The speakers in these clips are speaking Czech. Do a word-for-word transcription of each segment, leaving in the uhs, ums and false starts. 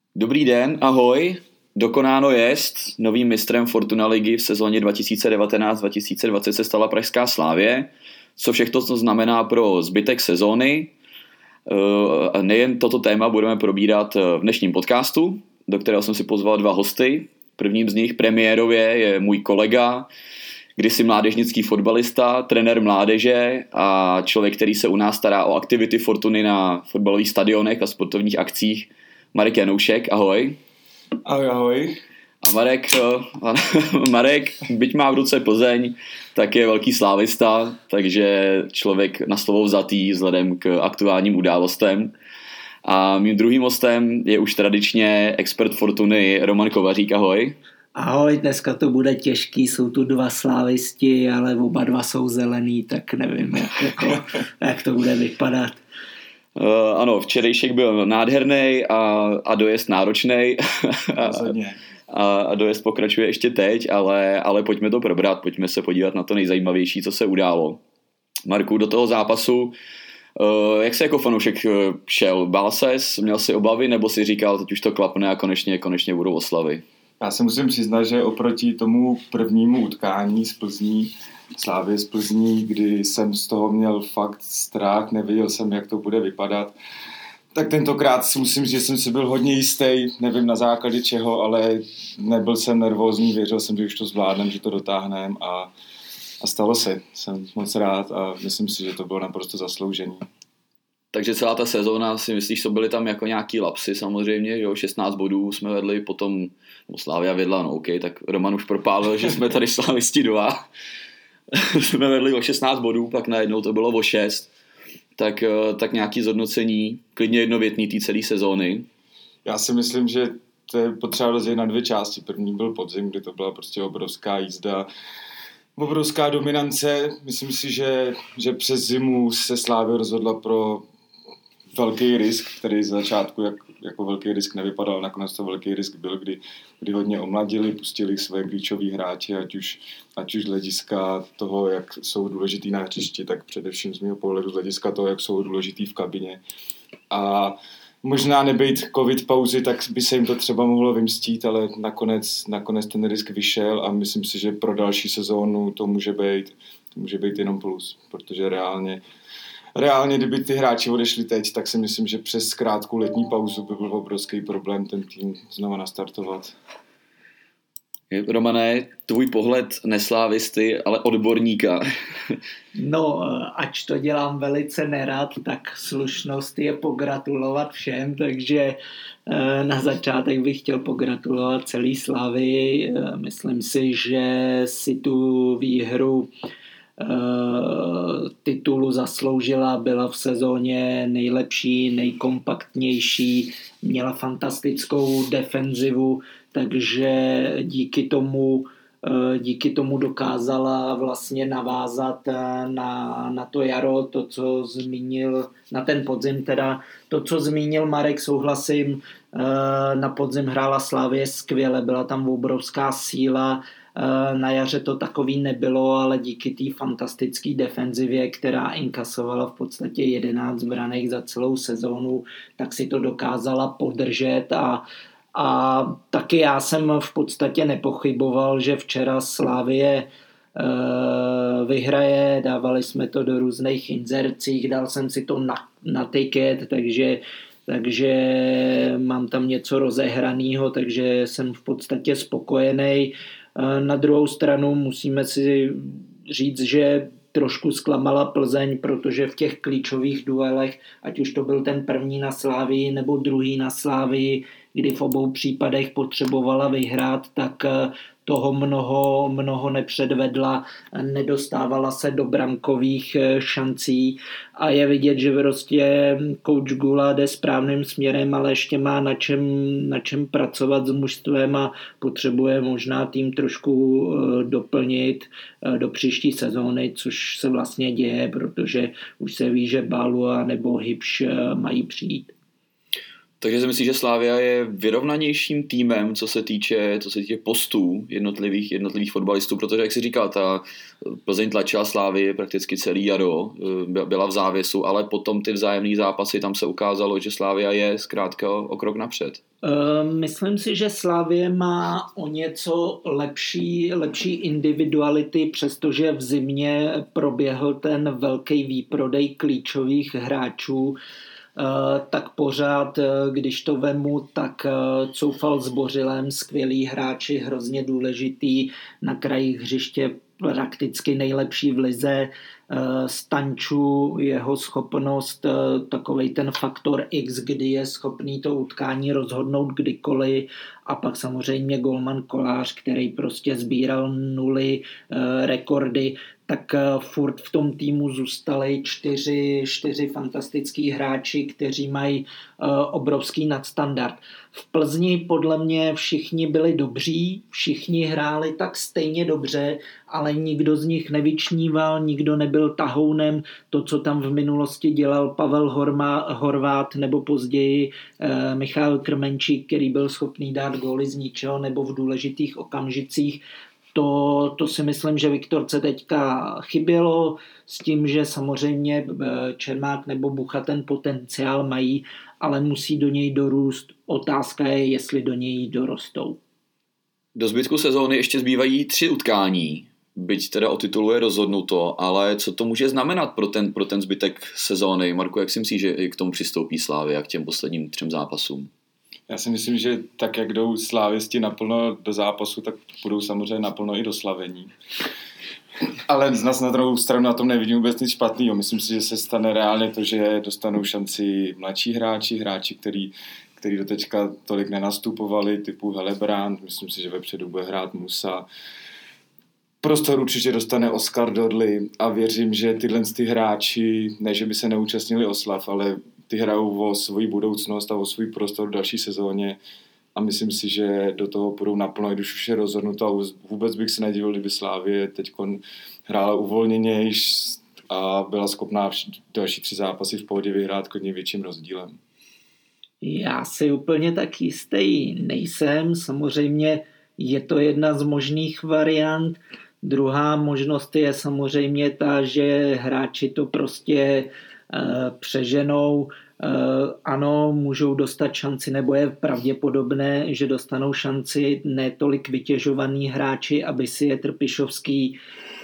Dobrý den, ahoj. Dokonáno jest. Novým mistrem Fortuna ligy v sezóně dva tisíce devatenáct dva tisíce dvacet se stala pražská Slavie. Co všechno to znamená pro zbytek sezóny? Nejen toto téma budeme probírat v dnešním podcastu, do kterého jsem si pozval dva hosty. Prvním z nich premiérově je můj kolega, kdysi mládežnický fotbalista, trenér mládeže a člověk, který se u nás stará o aktivity Fortuny na fotbalových stadionech a sportovních akcích, Marek Janoušek. Ahoj. Ahoj, ahoj. A Marek, Marek, byť má v ruce Plzeň, tak je velký slávista, takže člověk na slovo vzatý vzhledem k aktuálním událostem. A mým druhým hostem je už tradičně expert Fortuny Roman Kovařík. Ahoj. Ahoj, dneska to bude těžký, jsou tu dva slávisti, ale oba dva jsou zelený, tak nevím, jak, jako, jak to bude vypadat. Uh, ano, včerejšek byl nádherný a, a dojezd náročný. a, a dojezd pokračuje ještě teď, ale, ale pojďme to probrat, pojďme se podívat na to nejzajímavější, co se událo. Marku, do toho zápasu, uh, jak se jako fanoušek šel? Bál ses, měl si obavy, nebo si říkal, teď už to klapne a konečně, konečně budou oslavy? Já se musím přiznat, že oproti tomu prvnímu utkání z Plzní, Slavie z Plzní, kdy jsem z toho měl fakt strach, nevěděl jsem, jak to bude vypadat, tak tentokrát si musím říct, že jsem si byl hodně jistý, nevím na základě čeho, ale nebyl jsem nervózní, věřil jsem, že už to zvládnem, že to dotáhneme a, a stalo se. Jsem moc rád a myslím si, že to bylo naprosto zasloužený. Takže celá ta sezóna, si myslíš, že byly tam jako nějaký lapsy samozřejmě, jo, šestnáct bodů jsme vedli, potom no, Slavia vedla, no OK, tak Roman už propálil, že jsme tady slavisti dva. jsme vedli o šestnáct bodů, pak najednou to bylo o šest. Tak, tak nějaký zhodnocení, klidně jednovětný té celé sezóny. Já si myslím, že to je potřeba rozdělit na dvě části. První byl podzim, kdy to byla prostě obrovská jízda, obrovská dominance. Myslím si, že, že přes zimu se Slavia rozhodla pro velký risk, který z začátku jak, jako velký risk nevypadal, nakonec to velký risk byl, kdy, kdy hodně omladili, pustili své klíčoví hráči, ať už, ať už z hlediska toho, jak jsou důležitý na hřišti, tak především z mého pohledu z hlediska toho, jak jsou důležitý v kabině. A možná nebejt covid pauzy, tak by se jim to třeba mohlo vymstít, ale nakonec, nakonec ten risk vyšel a myslím si, že pro další sezónu to může být, to může být jenom plus, protože reálně Reálně, kdyby ty hráči odešli teď, tak si myslím, že přes krátkou letní pauzu by byl obrovský problém ten tým znova nastartovat. Romane, tvůj pohled neslávisty, ale odborníka. No, ač to dělám velice nerad, tak slušnost je pogratulovat všem, takže na začátek bych chtěl pogratulovat celý Slavii. Myslím si, že si tu výhru titulu zasloužila, byla v sezóně nejlepší, nejkompaktnější, měla fantastickou defenzivu, takže díky tomu, díky tomu dokázala vlastně navázat na, na to jaro, to, co zmínil, na ten podzim teda, to, co zmínil Marek, souhlasím, na podzim hrála Slavie skvěle, byla tam obrovská síla. Na jaře to takový nebylo, ale díky té fantastické defenzivě, která inkasovala v podstatě jedenáct branek za celou sezónu, tak si to dokázala podržet a, a taky já jsem v podstatě nepochyboval, že včera Slavie e, vyhraje, dávali jsme to do různých inzercích, dal jsem si to na, na ticket, takže takže mám tam něco rozehraného, takže jsem v podstatě spokojený. Na druhou stranu musíme si říct, že trošku zklamala Plzeň, protože v těch klíčových duelech, ať už to byl ten první na Slavii nebo druhý na Slavii, kdy v obou případech potřebovala vyhrát, tak toho mnoho, mnoho nepředvedla, nedostávala se do brankových šancí a je vidět, že prostě coach Gula jde správným směrem, ale ještě má na čem, na čem pracovat s mužstvem a potřebuje možná tým trošku doplnit do příští sezóny, což se vlastně děje, protože už se ví, že Balua nebo Hybš mají přijít. Takže si myslím, že Slavia je vyrovnanějším týmem, co se týče, co se týče postů jednotlivých, jednotlivých fotbalistů, protože, jak jsi říkal, ta Plzeň tlačila Slavii prakticky celý jaro, byla v závěsu, ale potom ty vzájemné zápasy, tam se ukázalo, že Slavia je zkrátka o, o krok napřed. Myslím si, že Slavie má o něco lepší, lepší individuality, přestože v zimě proběhl ten velký výprodej klíčových hráčů, tak pořád, když to vemu, tak Coufal s Bořilem, skvělí hráči, hrozně důležitý, na kraji hřiště prakticky nejlepší v lize. Stanču, jeho schopnost, takovej ten faktor X, kdy je schopný to utkání rozhodnout kdykoliv, a pak samozřejmě golman Kolář, který prostě sbíral nuly, rekordy, tak furt v tom týmu zůstali čtyři, čtyři fantastický hráči, kteří mají obrovský nadstandard. V Plzni podle mě všichni byli dobří, všichni hráli tak stejně dobře, ale nikdo z nich nevyčníval, nikdo nebyl tahounem. To, co tam v minulosti dělal Pavel Horma, Horvát nebo později eh, Michal Krmenčík, který byl schopný dát góly z ničeho nebo v důležitých okamžicích, To, to si myslím, že Viktorce teďka chybělo, s tím, že samozřejmě Čermák nebo Bucha ten potenciál mají, ale musí do něj dorůst. Otázka je, jestli do něj dorostou. Do zbytku sezóny ještě zbývají tři utkání, byť teda o titulu je rozhodnuto, ale co to může znamenat pro ten, pro ten zbytek sezóny? Marku, jak si myslíš, že k tomu přistoupí Slavia, k těm posledním třem zápasům? Já si myslím, že tak, jak jdou slávisti naplno do zápasu, tak budou samozřejmě naplno i do slavení. Ale znas na druhou stranu na tom nevidím vůbec nic špatného. Myslím si, že se stane reálně to, že dostanou šanci mladší hráči, hráči, který, který doteďka tolik nenastupovali, typu Helebrand, myslím si, že vepředu bude hrát Musa. Prostor určitě dostane Oskar Dodley a věřím, že tyhle ty hráči, ne že by se neúčastnili oslav, ale ty hrajou o svoji budoucnost a o svůj prostor v další sezóně a myslím si, že do toho půjdou naplno, když už je rozhodnuto, a vůbec bych se nedivil, kdyby Slavie teď hrála uvolněnějš a byla schopná další tři zápasy v pohodě vyhrát klidně větším rozdílem. Já si úplně tak jistý nejsem, samozřejmě je to jedna z možných variant. Druhá možnost je samozřejmě ta, že hráči to prostě přeženou. Ano, můžou dostat šanci, nebo je pravděpodobné, že dostanou šanci netolik vytěžovaní hráči, aby si je Trpišovský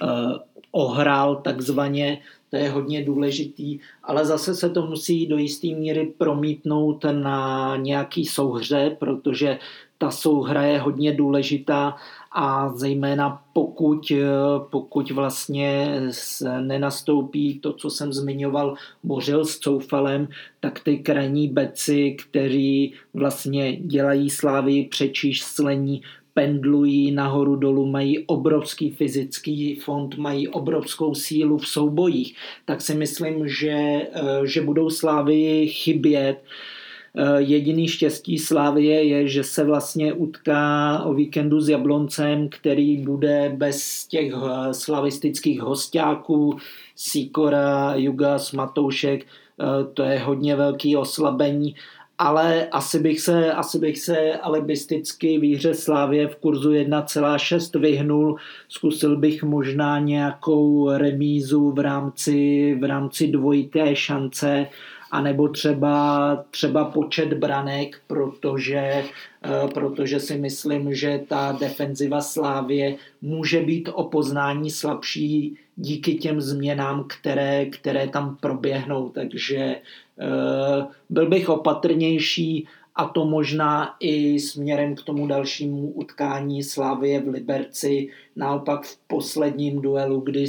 ohrál takzvaně. To je hodně důležitý, ale zase se to musí do jisté míry promítnout na nějaký souhře, protože ta souhra je hodně důležitá a zejména pokud, pokud vlastně nenastoupí to, co jsem zmiňoval, Bořil s Coufalem, tak ty krajní beci, kteří vlastně dělají Slávii přečíslení, pendlují nahoru dolů, mají obrovský fyzický fond, mají obrovskou sílu v soubojích, tak si myslím, že, že budou Slávii chybět. Jediný štěstí Slavie je, že se vlastně utká o víkendu s Jabloncem, který bude bez těch slavistických hosťáků, Sikora, Jugas, Matoušek, to je hodně velký oslabení, ale asi bych se, asi bych se alibisticky výhře Slavie v kurzu jedna celá šest vyhnul, zkusil bych možná nějakou remízu v rámci, v rámci dvojité šance, anebo třeba, třeba počet branek, protože, protože si myslím, že ta defenziva Slávie může být o poznání slabší díky těm změnám, které, které tam proběhnou. Takže byl bych opatrnější, a to možná i směrem k tomu dalšímu utkání Slávie v Liberci. Naopak v posledním duelu, kdy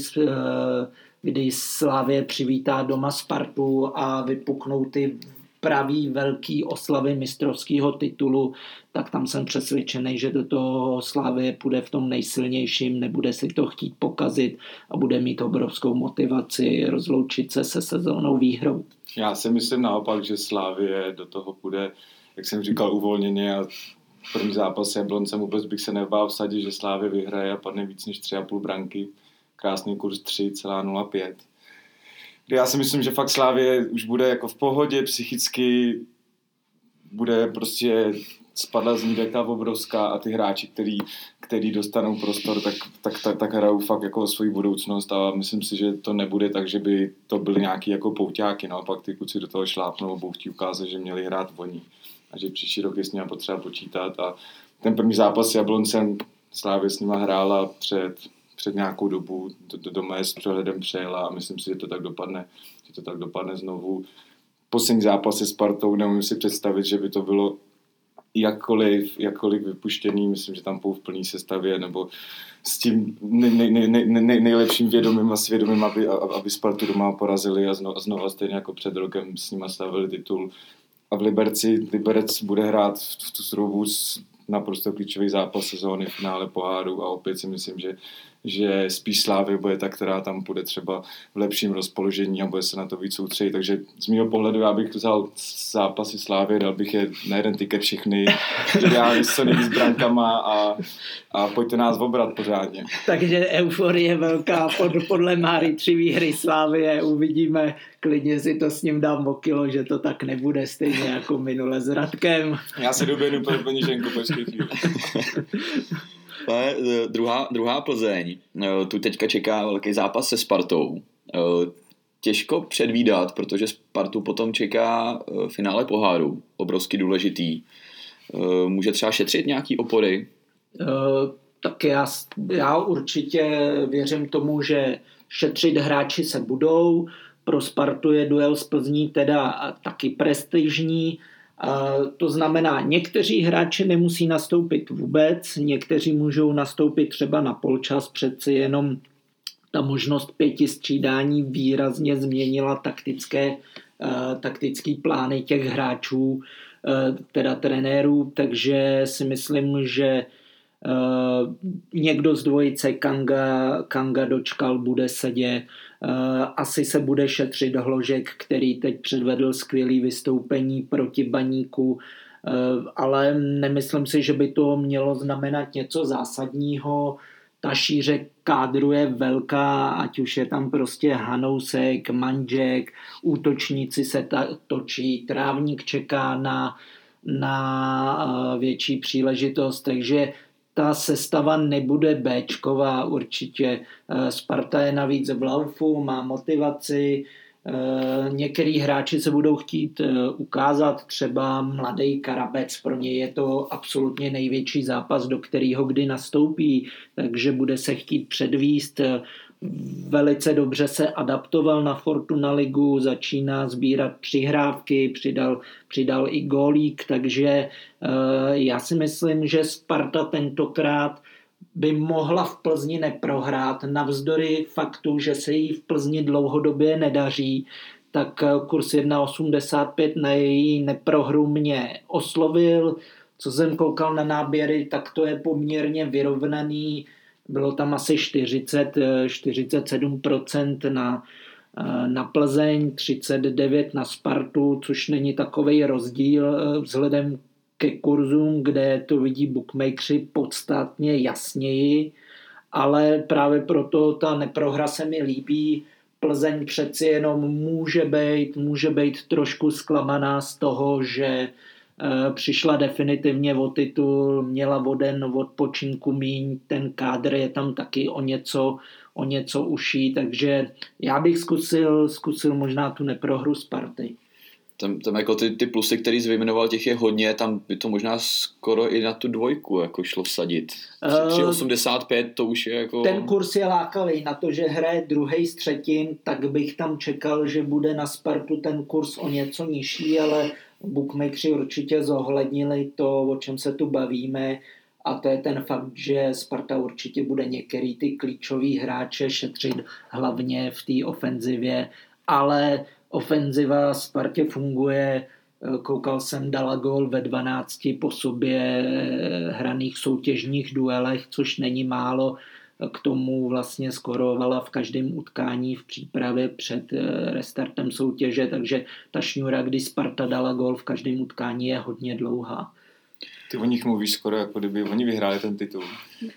kdy Slavie přivítá doma Spartu a vypuknou ty pravý velký oslavy mistrovského titulu, tak tam jsem přesvědčený, že do toho Slavie půjde v tom nejsilnějším, nebude si to chtít pokazit a bude mít obrovskou motivaci rozloučit se se sezónou výhrou. Já si myslím naopak, že Slavie do toho půjde, jak jsem říkal, uvolněně a první zápas s Jabloncem vůbec bych se nebál vsadit, že Slavie vyhraje a padne víc než tři a půl branky. Krásný kurz tři celá nula pět. Já si myslím, že fakt Slavie už bude jako v pohodě, psychicky bude prostě spadla z ní deka obrovská a ty hráči, který, který dostanou prostor, tak, tak, tak, tak hrajou fakt jako svoji budoucnost a myslím si, že to nebude tak, že by to byly nějaký jako pouťáky, no a pak ty kluci do toho šlápnou a budou chtít ukázat, že měli hrát voní a že příští rok je s nimi potřeba počítat a ten první zápas s Jabloncem Slávě s nima hrála před, před nějakou dobu, do, do doma s přehledem přejela a myslím si, že to tak dopadne, že to tak dopadne znovu. Poslední zápas se Spartou, nemůžu si představit, že by to bylo jakkoliv, jakkoliv vypuštěný, myslím, že tam půl v plný sestavě, nebo s tím nej, nej, nej, nej, nej, nejlepším vědomím a svědomím, aby, aby Spartu doma porazili a znovu, a znovu stejně jako před rokem s nima stavili titul. A v Liberci, Liberec bude hrát v tu sroubu naprosto klíčový zápas sezóny, finále poháru a opět si myslím, že, že spíš Slávy bude ta, která tam bude třeba v lepším rozpoložení a bude se na to víc soustředit. Takže z mého pohledu já bych vzal zápasy Slávy, dal bych je na jeden tiket všechny, ideálně s co nejvíc brankama a, a pojďte nás obrat pořádně. Takže euforie velká pod, podle Máry tři výhry Slávie, uvidíme, klidně si to s ním dám o kilo, že to tak nebude stejně jako minule s Radkem. Já se doběhnu pro peníženku, počkej chvíli. Druhá, druhá Plzeň, tu teďka čeká velký zápas se Spartou. Těžko předvídat, protože Spartu potom čeká finále poháru, obrovsky důležitý. Může třeba šetřit nějaký opory? Tak já, já určite věřím tomu, že šetřit hráči se budou. Pro Spartu je duel s Plzní teda taky prestižní. To znamená, někteří hráči nemusí nastoupit vůbec, někteří můžou nastoupit třeba na polčas, přeci jenom ta možnost pěti střídání výrazně změnila taktické, taktický plány těch hráčů, teda trenérů, takže si myslím, že Uh, někdo z dvojice Kanga, Kanga dočkal, bude sedět. Uh, asi se bude šetřit Hložek, který teď předvedl skvělý vystoupení proti Baníku, uh, ale nemyslím si, že by to mělo znamenat něco zásadního. Ta šíře kádru je velká, ať už je tam prostě Hanousek, Mandžek, útočníci se ta, točí, Trávník čeká na, na uh, větší příležitost, takže ta sestava nebude béčková určitě. Sparta je navíc v laufu, má motivaci. Některý hráči se budou chtít ukázat, třeba mladý Karabec, pro něj je to absolutně největší zápas, do kterého kdy nastoupí, takže bude se chtít předvíst. Velice dobře se adaptoval na Fortuna ligu, začíná sbírat přihrávky, přidal, přidal i gólík, takže uh, já si myslím, že Sparta tentokrát by mohla v Plzni neprohrát, navzdory faktu, že se jí v Plzni dlouhodobě nedaří, tak kurz jedna osmdesát pět na její neprohru mě oslovil. Co jsem koukal na náběry, tak to je poměrně vyrovnaný. Bylo tam asi čtyřicet, čtyřicet sedm procent na, na Plzeň, třicet devět na Spartu, což není takovej rozdíl vzhledem ke kurzům, kde to vidí bookmakeri podstatně jasněji, ale právě proto ta neprohra se mi líbí. Plzeň přeci jenom může být, může být trošku zklamaná z toho, že přišla definitivně o titul, měla o den odpočinku míň, ten kádr je tam taky o něco, o něco uší, takže já bych zkusil, zkusil možná tu neprohru Sparty. Tam, tam jako ty, ty plusy, který jsi vyjmenoval, těch je hodně, tam by to možná skoro i na tu dvojku jako šlo vsadit. tři osmdesát pět to už je jako... Ten kurz je lákavý, na to, že hraje druhej s třetím, tak bych tam čekal, že bude na Spartu ten kurz o něco nižší, ale bookmakeri určitě zohlednili to, o čem se tu bavíme, a to je ten fakt, že Sparta určitě bude některý ty klíčový hráče šetřit hlavně v té ofenzivě, ale ofenziva Spartě funguje. Koukal jsem, dala gól ve dvanácti po sobě hraných soutěžních duelech, což není málo. K tomu vlastně skorovala v každém utkání v přípravě před restartem soutěže, takže ta šňůra, kdy Sparta dala gól v každém utkání, je hodně dlouhá. Ty o nich mluvíš skoro, jako kdyby oni vyhráli ten titul.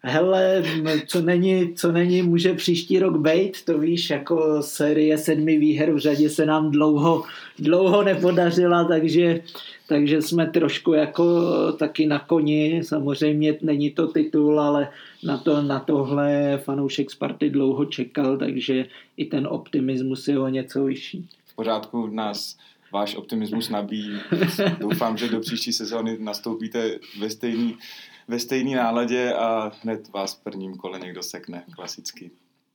Hele, co není, co není, může příští rok bejt, to víš, jako série sedmi výher v řadě se nám dlouho, dlouho nepodařila, takže, takže jsme trošku jako taky na koni, samozřejmě není to titul, ale na, to, na tohle fanoušek Sparty dlouho čekal, takže i ten optimismus je o něco vyšší. V pořádku, nás váš optimismus nabíjí. Doufám, že do příští sezóny nastoupíte ve stejný ve stejné náladě a hned vás v prvním kole někdo sekne, klasicky.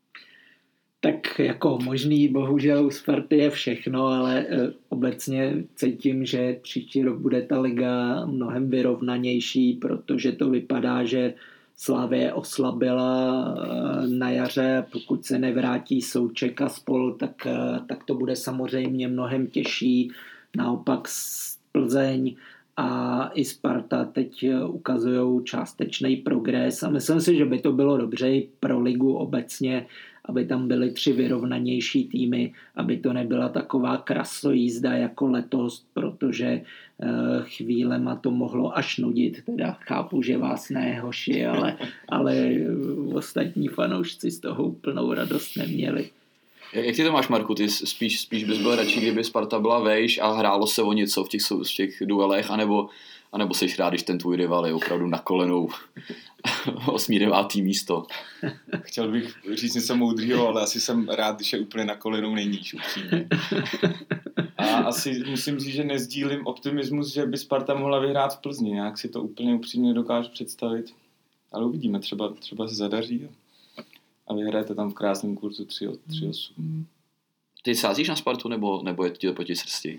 Tak jako možný, bohužel u Sparty je všechno, ale e, obecně cítím, že příští rok bude ta liga mnohem vyrovnanější, protože to vypadá, že Slavie oslabila e, na jaře, pokud se nevrátí Souček a spol, tak, e, tak to bude samozřejmě mnohem těžší. Naopak Plzeň a i Sparta teď ukazují částečný progres a myslím si, že by to bylo dobře i pro ligu obecně, aby tam byly tři vyrovnanější týmy, aby to nebyla taková krasojízda jako letos, protože chvílema to mohlo až nudit. Teda chápu, že vás ne, hoši, ale, ale ostatní fanoušci z toho úplnou radost neměli. Jak ty to máš, Marku? Ty spíš, spíš bys byl radši, kdyby Sparta byla vejš a hrálo se o něco v těch, v těch duelech, anebo, anebo seš rád, když ten tvůj rival je opravdu na kolenou osmý, devátý místo? Chtěl bych říct něco moudrýho, ale asi jsem rád, když je úplně na kolenou nejníž, upřímně. A asi musím říct, že nezdílím optimismus, že by Sparta mohla vyhrát v Plzni. Nějak si to úplně upřímně dokážu představit. Ale uvidíme, třeba, třeba se zadaří. A vyhrajete tam v krásném kurzu tři osm. Ty sázíš na Spartu, nebo, nebo je to proti srsti?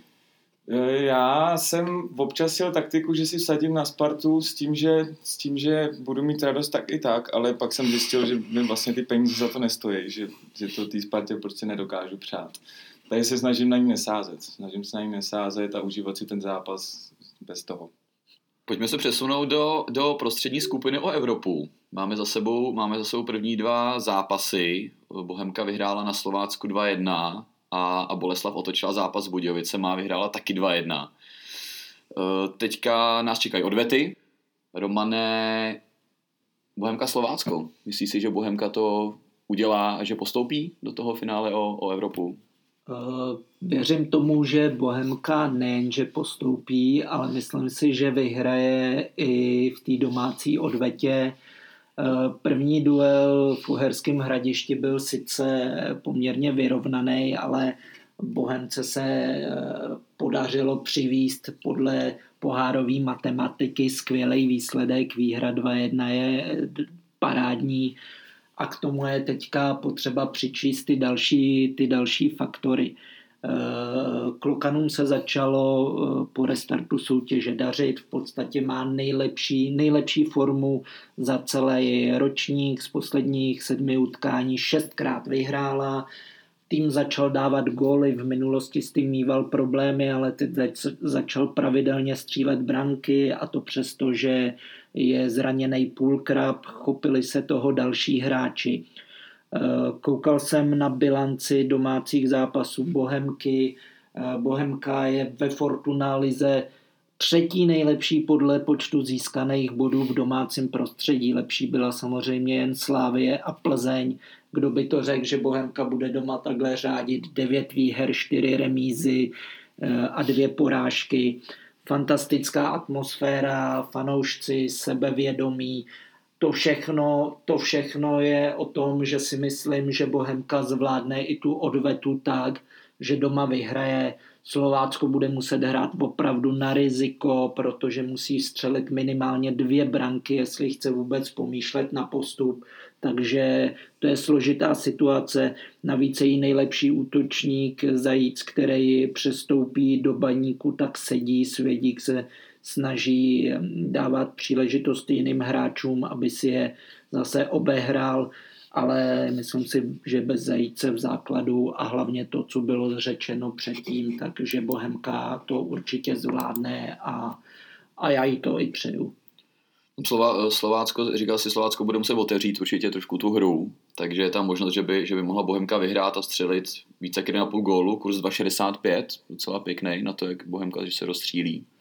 Já jsem občas jel taktiku, že si vsadím na Spartu s tím, že, s tím, že budu mít radost tak i tak, ale pak jsem zjistil, že mi vlastně ty peníze za to nestojí, že, že to té Spartě prostě nedokážu přát. Tady se snažím na ní nesázet. Snažím se na ní nesázet a užívat si ten zápas bez toho. Pojďme se přesunout do, do prostřední skupiny o Evropu. Máme za sebou, máme za sebou první dva zápasy. Bohemka vyhrála na Slovácku dva jedna a, a Boleslav otočila zápas s Budějovicema a vyhrála taky dva jedna. Teďka nás čekají odvety. Romane, Bohemka Slovácko. Myslíš si, že Bohemka to udělá a že postoupí do toho finále o, o Evropu? Uh, věřím tomu, že Bohemka nejenže postoupí, ale myslím si, že vyhraje i v té domácí odvetě. Uh, první duel v Uherském Hradišti byl sice poměrně vyrovnaný, ale Bohemce se uh, podařilo přivízt podle pohárové matematiky skvělý výsledek. Výhra dva jedna je parádní. A k tomu je teďka potřeba přičíst ty další, ty další faktory. Klokanům se začalo po restartu soutěže dařit, v podstatě má nejlepší, nejlepší formu za celý ročník, z posledních sedmi utkání šestkrát vyhrála. Tým začal dávat góly, v minulosti s tím mýval problémy, ale teď začal pravidelně střílet branky a to přesto, že je zraněný Půlkrab, chopili se toho další hráči. Koukal jsem na bilanci domácích zápasů Bohemky. Bohemka je ve Fortuna lize třetí nejlepší podle počtu získaných bodů v domácím prostředí. Lepší byla samozřejmě jen Slavie a Plzeň. Kdo by to řekl, že Bohemka bude doma takhle řádit devět výher, čtyři remízy a dvě porážky. Fantastická atmosféra, fanoušci, sebevědomí. To všechno, to všechno je o tom, že si myslím, že Bohemka zvládne i tu odvetu tak, že doma vyhraje. Slovácko bude muset hrát opravdu na riziko, protože musí střelit minimálně dvě branky, jestli chce vůbec pomýšlet na postup. Takže to je složitá situace. Navíc její nejlepší útočník Zajíc, který přestoupí do Baníku, tak sedí. Svědík se snaží dávat příležitost jiným hráčům, aby si je zase obehrál, ale myslím si, že bez Zajíce v základu a hlavně to, co bylo řečeno předtím, takže Bohemka to určitě zvládne a, a já jí to i přeju. Slova, Slovácko, říkal si, Slovácko bude muset otevřít určitě trošku tu hru, takže je tam možnost, že by, že by mohla Bohemka vyhrát a střelit více jak jedna celá pět gólu, kurz dva šedesát pět, docela pěkný na to, jak Bohemka že se rozstřílí.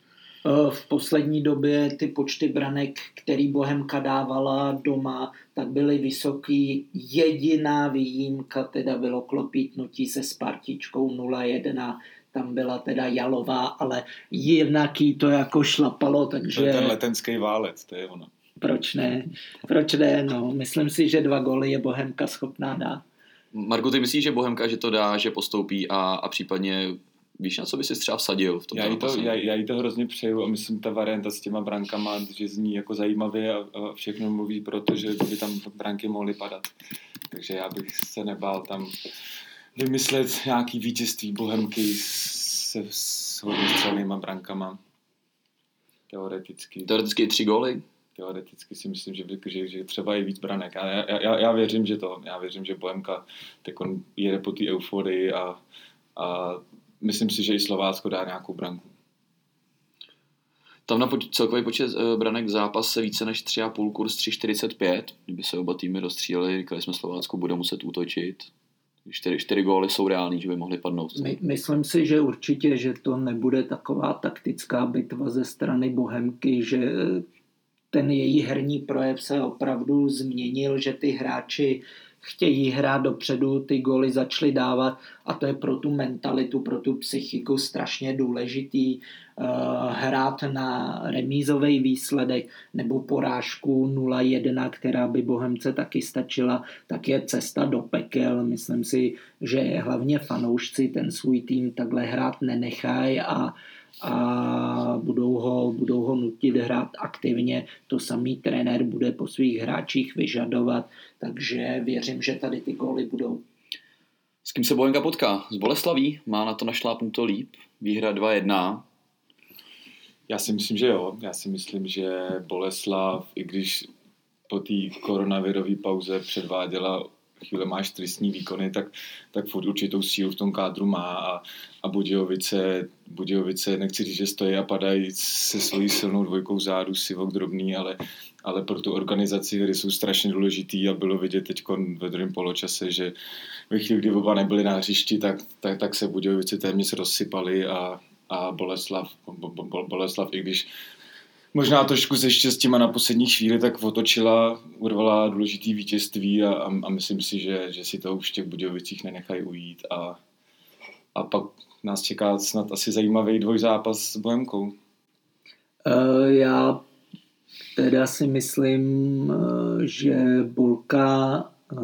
V poslední době ty počty branek, který Bohemka dávala doma, tak byly vysoký. Jediná výjimka teda bylo klopítnutí se Spartičkou nula jedna. Tam byla teda Jalová, ale jinak jí to jako šlapalo, takže... To je ten letenský válec, to je ono. Proč ne? Proč ne? No, myslím si, že dva góly je Bohemka schopná dát. Marku, ty myslíš, že Bohemka, že to dá, že postoupí a, a případně víš, na co by si třeba vsadil v tom já jí, to, zápasu? já, já jí to hrozně přeju a myslím, ta varianta s těma brankama, že zní jako zajímavě a, a všechno mluví, protože by tam branky mohly padat. Takže já bych se nebál tam vymyslet nějaký vítězství Bohemky se s hodně střelnýma brankama. Teoreticky. Teoreticky tři góly? Teoreticky si myslím, že, že, že třeba je víc branek. Já, já, já věřím, že to. Já věřím, že Bohemka on jede po té euforii a, a myslím si, že i Slovácko dá nějakou branku. Tam na poč- celkový počet uh, branek v zápase více než tři a půl, kurz tři čtyřicet pět. Kdyby se oba týmy rozstříleli, říkali jsme, Slovácko bude muset útočit. Čtyři, čtyři góly jsou reální, že by mohly padnout. My, myslím si, že určitě, že to nebude taková taktická bitva ze strany Bohemky, že ten její herní projev se opravdu změnil, že ty hráči chtějí hrát dopředu, ty góly začaly dávat a to je pro tu mentalitu, pro tu psychiku strašně důležitý. Uh, hrát na remízový výsledek nebo porážku nula jedna, která by Bohemce taky stačila, tak je cesta do pekel. Myslím si, že hlavně fanoušci ten svůj tým takhle hrát nenechají a a budou ho, budou ho nutit hrát aktivně. To samý trenér bude po svých hráčích vyžadovat, takže věřím, že tady ty góly budou. S kým se Bohemka potká? S Boleslaví? Má na to našlápnuto líp? Výhra dva jedna. Já si myslím, že jo. Já si myslím, že Boleslav, i když po té koronavirové pauze předváděla chvíle máš tristní výkony, tak, tak furt určitou sílu v tom kádru má a, a Budějovice, Budějovice, nechci říct, že stojí a padají se svojí silnou dvojkou zádu, Sivok, Drobný, ale, ale pro tu organizaci, které jsou strašně důležitý a bylo vidět teď ve druhém poločase, že ve chvíli, kdy oba nebyli na hřišti, tak, tak, tak se Budějovice téměř rozsypali a, a Boleslav, bo, bo, Boleslav, i když možná trošku se štěstím a na poslední chvíli tak otočila, urvala důležitý vítězství a, a, a myslím si, že, že si to už v těch Budějovicích nenechají ujít a, a pak nás čeká snad asi zajímavý dvojzápas s Bohemkou. Uh, já teda si myslím, že Bulka uh,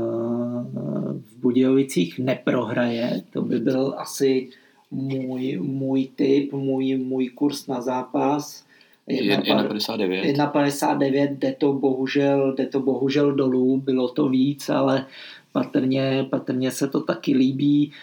v Budějovicích neprohraje. To by byl asi můj, můj tip, můj, můj kurz na zápas. jedna padesát devět. jedna padesát devět, jde to bohužel, jde to bohužel dolů, bylo to víc, ale patrně, patrně se to taky líbí.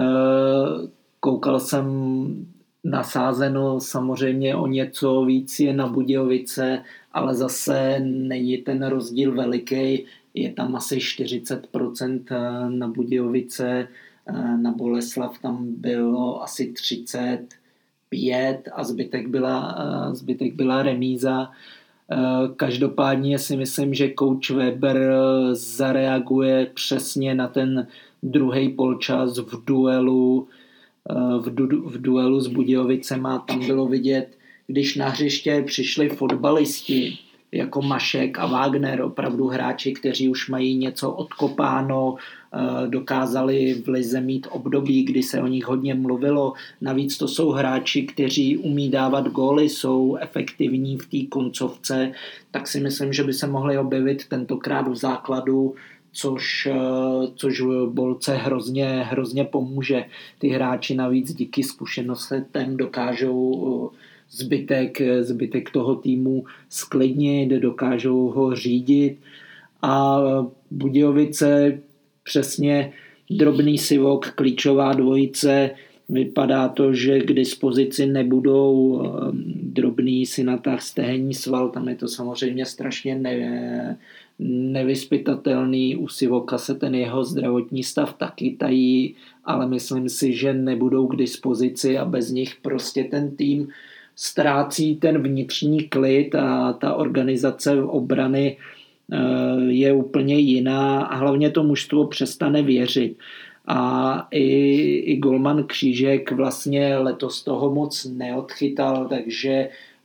Koukal jsem nasázeno samozřejmě o něco víc je na Budějovice, ale zase není ten rozdíl veliký, je tam asi čtyřicet procent na Budějovice, na Boleslav tam bylo asi třicet pět a zbytek byla, zbytek byla remíza. Každopádně si myslím, že coach Weber zareaguje přesně na ten druhý polčas v duelu v, du, v duelu s Budějovicema. Tam bylo vidět, když na hřiště přišli fotbalisti jako Mašek a Wagner, opravdu hráči, kteří už mají něco odkopáno, dokázali v lize mít období, kdy se o nich hodně mluvilo. Navíc to jsou hráči, kteří umí dávat góly, jsou efektivní v té koncovce, tak si myslím, že by se mohli objevit tentokrát v základu, což, což Bolce hrozně, hrozně pomůže. Ty hráči navíc díky zkušenostem dokážou zbytek, zbytek toho týmu sklidnit, dokážou ho řídit a Budějovice přesně Drobný, Sivok, klíčová dvojice. Vypadá to, že k dispozici nebudou. Drobný si natáhl stehenní sval, tam je to samozřejmě strašně ne, nevyspytatelný. U Sivoka se ten jeho zdravotní stav taky tají, ale myslím si, že nebudou k dispozici a bez nich prostě ten tým ztrácí ten vnitřní klid a ta organizace obrany je úplně jiná a hlavně to mužstvo přestane věřit. A i, i golman Křížek vlastně letos toho moc neodchytal, takže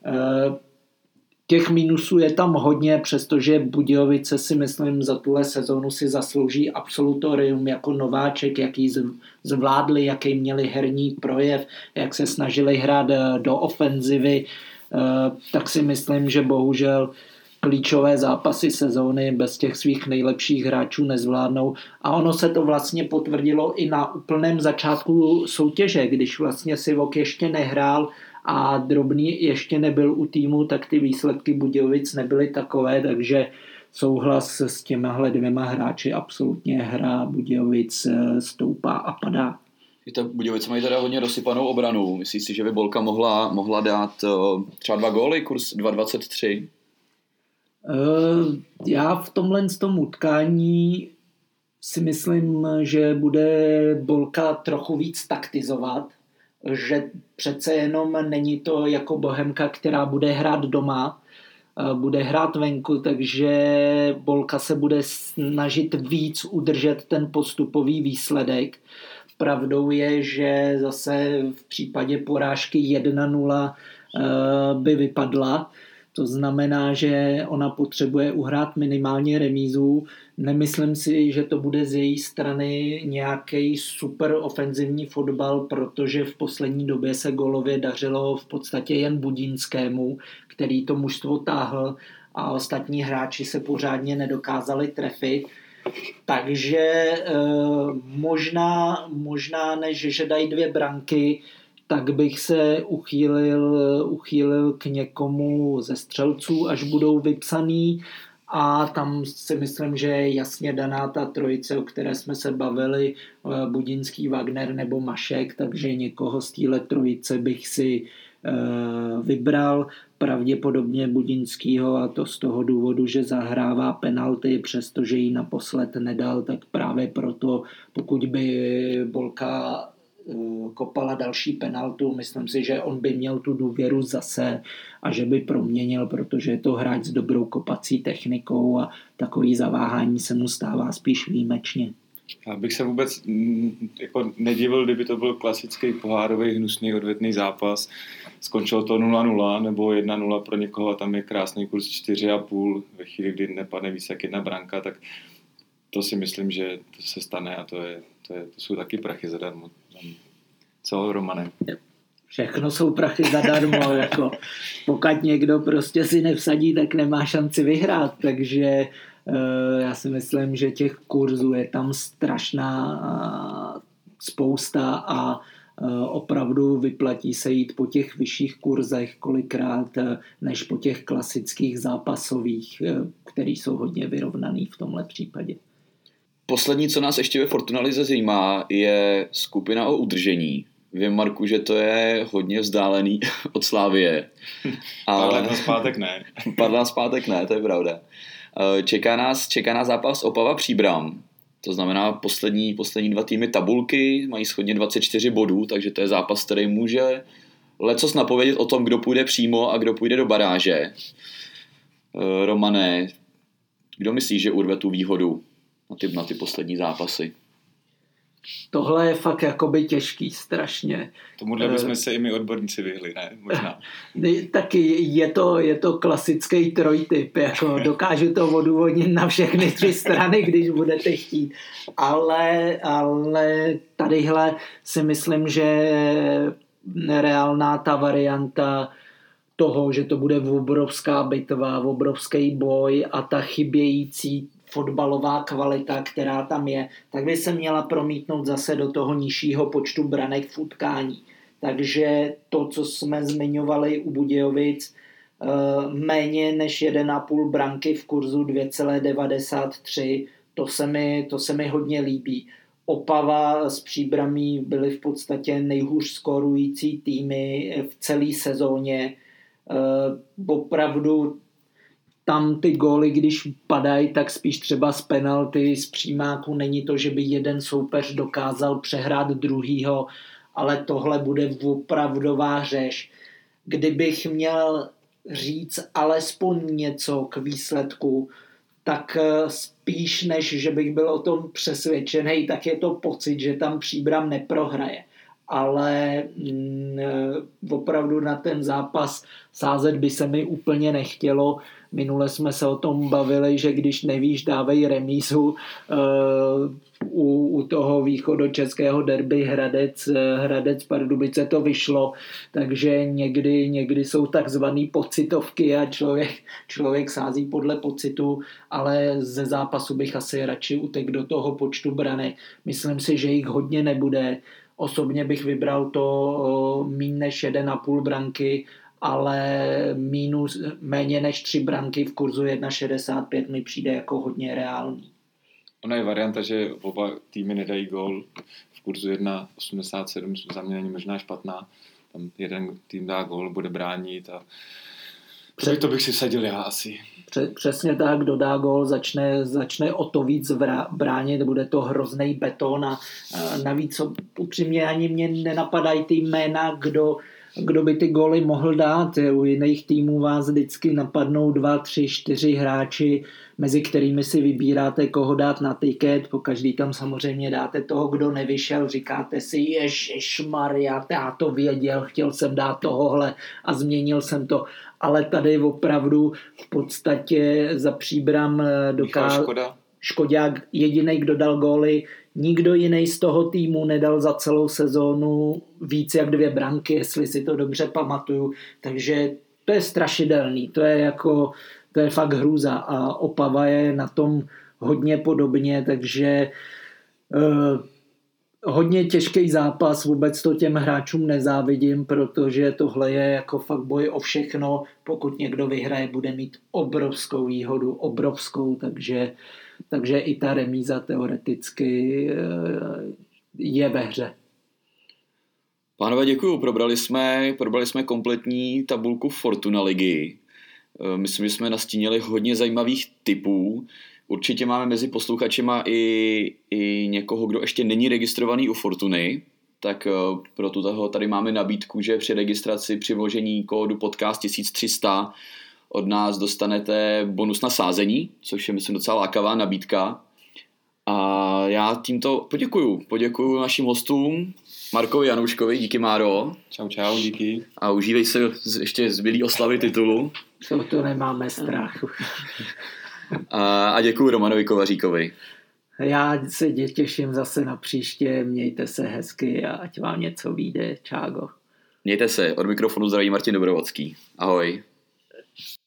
Těch minusů je tam hodně, přestože Budějovice si myslím za tuhle sezónu si zaslouží absolutorium jako nováček, jaký zvládli, jaký měli herní projev, jak se snažili hrát do ofenzivy, tak si myslím, že bohužel klíčové zápasy sezóny bez těch svých nejlepších hráčů nezvládnou. A ono se to vlastně potvrdilo i na úplném začátku soutěže, když vlastně Sivok ještě nehrál a Drobný ještě nebyl u týmu, tak ty výsledky Budějovic nebyly takové, takže souhlas s těmahle dvěma hráči absolutně hra Budějovic stoupá a padá. Ta Budějovice mají teda hodně rozsypanou obranu. Myslíš si, že by Bolka mohla, mohla dát třeba dva góly, kurz dva dvacet tři? Já v tomhle z tom utkání si myslím, že bude Bolka trochu víc taktizovat, že přece jenom není to jako Bohemka, která bude hrát doma, bude hrát venku, takže Bolka se bude snažit víc udržet ten postupový výsledek. Pravdou je, že zase v případě porážky jedna nula by vypadla. To znamená, že ona potřebuje uhrát minimálně remízu. Nemyslím si, že to bude z její strany nějaký super ofenzivní fotbal, protože v poslední době se gólově dařilo v podstatě jen Budínskému, který to mužstvo táhl a ostatní hráči se pořádně nedokázali trefit. Takže možná, možná než že dají dvě branky, tak bych se uchýlil, uchýlil k někomu ze střelců, až budou vypsaný, a tam si myslím, že je jasně daná ta trojice, o které jsme se bavili, Budinský, Wagner nebo Mašek, takže někoho z téhle trojice bych si vybral, pravděpodobně Budinskýho, a to z toho důvodu, že zahrává penalty, přestože ji naposled nedal, tak právě proto, pokud by Bolka kopala další penaltu, myslím si, že on by měl tu důvěru zase a že by proměnil, protože je to hráč s dobrou kopací technikou a takový zaváhání se mu stává spíš výjimečně. Já bych se vůbec jako nedivil, kdyby to byl klasický pohárový hnusný odvetný zápas. Skončilo to nula nula nebo jedna nula pro někoho a tam je krásný kurz čtyři a půl. Ve chvíli, kdy nepadne víc jak jedna branka, tak to si myslím, že to se stane a to, je, to, je, to jsou taky prachy zadarmo. Co, Romane? Všechno jsou prachy zadarmo. Jako, pokud někdo prostě si nevsadí, tak nemá šanci vyhrát. Takže já si myslím, že těch kurzů je tam strašná spousta a opravdu vyplatí se jít po těch vyšších kurzech kolikrát než po těch klasických zápasových, který jsou hodně vyrovnaný v tomhle případě. Poslední, co nás ještě ve Fortuna lize zajímá, je skupina o udržení. Vím, Marku, že to je hodně vzdálený od Slavie. Ale... Pár let na zpátek ne. Pár let na zpátek ne, to je pravda. Čeká nás, čeká nás zápas Opava Příbram. To znamená poslední, poslední dva týmy tabulky, mají shodně dvacet čtyři bodů, takže to je zápas, který může lecos napovědět o tom, kdo půjde přímo a kdo půjde do baráže. Romane, kdo myslíš, že urve tu výhodu na ty, na ty poslední zápasy? Tohle je fakt jakoby těžký strašně. Tomuhle bychom se i my odborníci vyhli, ne? Možná. Taky je to, je to klasický trojtyp, jako dokážu to odůvodnit na všechny tři strany, když budete chtít. Ale, ale tadyhle si myslím, že reálná ta varianta toho, že to bude obrovská bitva, obrovský boj a ta chybějící fotbalová kvalita, která tam je, tak by se měla promítnout zase do toho nižšího počtu branek v utkání. Takže to, co jsme zmiňovali u Budějovic, méně než jedna celá pět branky v kurzu dvě celá devadesát tři, to se mi, to se mi hodně líbí. Opava s Příbramí byly v podstatě nejhůř skorující týmy v celé sezóně. Opravdu tam ty góly, když padají, tak spíš třeba z penalty, z přímáku. Není to, že by jeden soupeř dokázal přehrát druhýho, ale tohle bude opravdová řeš. Kdybych měl říct alespoň něco k výsledku, tak spíš než, že bych byl o tom přesvědčený, tak je to pocit, že tam Příbram neprohraje. ale mm, opravdu na ten zápas sázet by se mi úplně nechtělo. Minule jsme se o tom bavili, že když nevíš, dávej remízu. Uh, u, u toho východočeského derby Hradec, Hradec Pardubice to vyšlo, takže někdy, někdy jsou takzvaný pocitovky a člověk, člověk sází podle pocitu, ale ze zápasu bych asi radši utek do toho počtu branek. Myslím si, že jich hodně nebude. Osobně bych vybral to míň než jeden a půl branky, ale mínus, méně než tři branky v kurzu jedna šedesát pět mi přijde jako hodně reálný. Ona je varianta, že oba týmy nedají gól v kurzu jedna osmdesát sedm, za mě není možná špatná. Tam jeden tým dá gól, bude bránit a Před, to bych si vsadil já asi. Přesně tak, kdo dá gól, začne, začne o to víc vrá, bránit, bude to hrozný beton a, a navíc upřímně ani mě nenapadají ty jména, kdo, kdo by ty góly mohl dát. U jiných týmů vás vždycky napadnou dva, tři, čtyři hráči, mezi kterými si vybíráte, koho dát na tiket. Po každý tam samozřejmě dáte toho, kdo nevyšel. Říkáte si, ježišmarja, já to věděl, chtěl jsem dát tohohle a změnil jsem to. Ale tady opravdu v podstatě za Příbram dokáže Škodák jedinej, kdo dal góly. Nikdo jiný z toho týmu nedal za celou sezónu víc jak dvě branky, jestli si to dobře pamatuju. Takže to je strašidelný. To je jako, to je fakt hrůza. A Opava je na tom hodně podobně, takže eh, hodně těžký zápas, vůbec to těm hráčům nezávidím, protože tohle je jako fakt boj o všechno. Pokud někdo vyhraje, bude mít obrovskou výhodu, obrovskou, takže, takže i ta remíza teoreticky je ve hře. Pánové, děkuju. Probrali jsme, probrali jsme kompletní tabulku Fortuna ligy. Myslím, že jsme nastínili hodně zajímavých tipů. Určitě máme mezi posluchačema i, i někoho, kdo ještě není registrovaný u Fortuny, tak pro tuto tady máme nabídku, že při registraci při vložení kódu podcast tisíc tři sta od nás dostanete bonus na sázení, což je, myslím, docela lákavá nabídka. A já tímto poděkuju. Poděkuju našim hostům, Markovi Janouškovi, díky Máro. Čau, čau, díky. A užívej se ještě zbylý oslavy titulu. Co to nemáme strach. A, a děkuju Romanovi Kovaříkovi. Já se těším zase na příště, mějte se hezky a ať vám něco vyjde. Čágo. Mějte se, od mikrofonu zdraví Martin Dobrovodský. Ahoj.